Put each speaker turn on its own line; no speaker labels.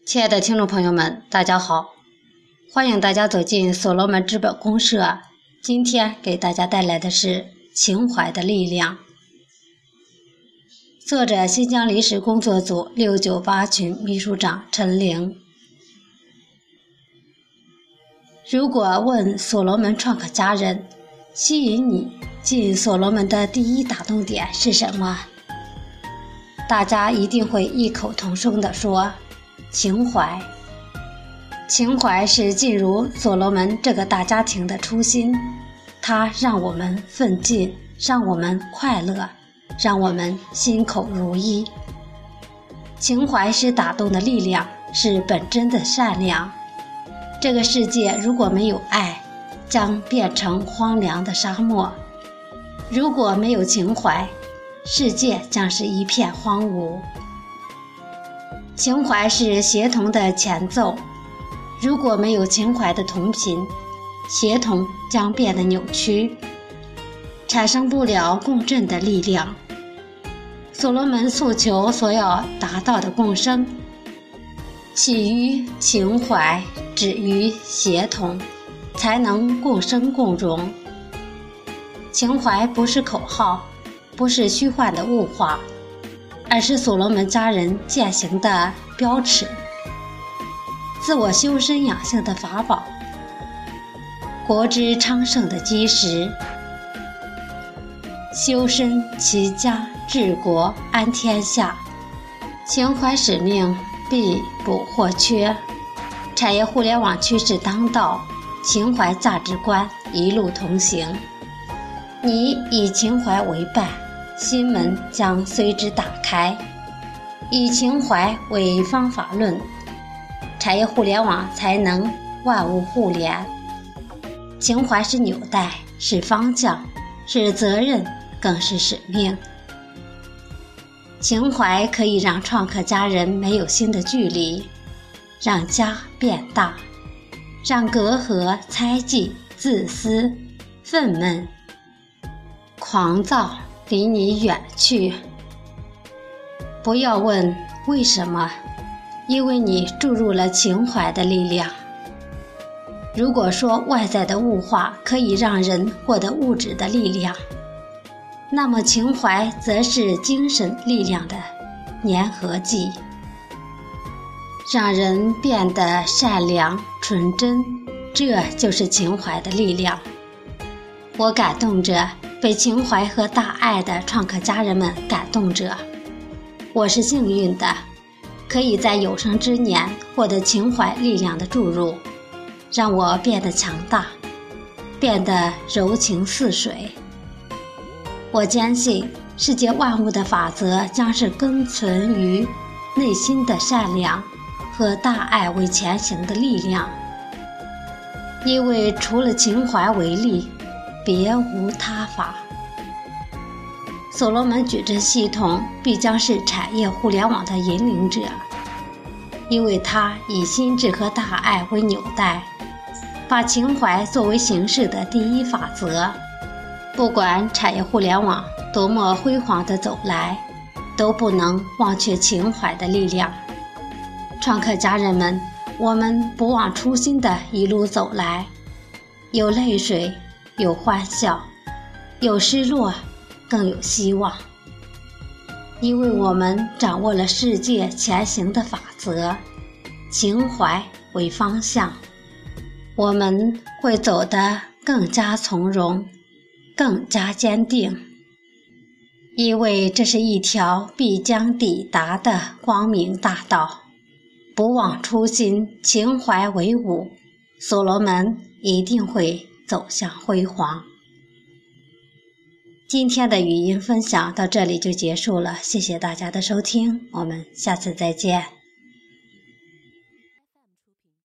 亲爱的听众朋友们，大家好，欢迎大家走进所罗门资本公社。今天给大家带来的是情怀的力量。作者新疆历史工作组698群秘书长陈玲。如果问所罗门创客家人，吸引你进所罗门的第一打动点是什么？大家一定会异口同声地说情怀。情怀是进入所罗门这个大家庭的初心，它让我们奋进，让我们快乐，让我们心口如一。情怀是打动的力量，是本真的善良。这个世界如果没有爱，将变成荒凉的沙漠；如果没有情怀，世界将是一片荒芜。情怀是协同的前奏，如果没有情怀的同频，协同将变得扭曲，产生不了共振的力量。所罗门诉求所要达到的共生，起于情怀，止于协同，才能共生共荣。情怀不是口号，不是虚幻的物化，而是所罗门家人践行的标尺，自我修身养性的法宝，国之昌盛的基石。修身齐家治国安天下，情怀使命必不或缺。产业互联网趋势当道，情怀价值观一路同行。你以情怀为伴，心门将随之打开。以情怀为方法论，产业互联网才能万物互联。情怀是纽带，是方向，是责任，更是使命。情怀可以让创客家人没有新的距离，让家变大，让隔阂、猜忌、自私、愤懑、狂躁离你远去。不要问为什么，因为你注入了情怀的力量。如果说外在的物化可以让人获得物质的力量，那么情怀则是精神力量的粘合剂，让人变得善良纯真，这就是情怀的力量。我感动着被情怀和大爱的创客家人们感动着。我是幸运的，可以在有生之年获得情怀力量的注入，让我变得强大，变得柔情似水。我坚信世界万物的法则将是根存于内心的善良和大爱为前行的力量，因为除了情怀为力，别无他法。所罗门矩阵系统必将是产业互联网的引领者，因为它以心智和大爱为纽带，把情怀作为形式的第一法则。不管产业互联网多么辉煌地走来，都不能忘却情怀的力量。创客家人们，我们不忘初心的一路走来，有泪水，有欢笑，有失落，更有希望。因为我们掌握了世界前行的法则，情怀为方向，我们会走得更加从容，更加坚定，因为这是一条必将抵达的光明大道。不忘初心，情怀为伍，所罗门一定会走向辉煌。今天的语音分享到这里就结束了，谢谢大家的收听，我们下次再见。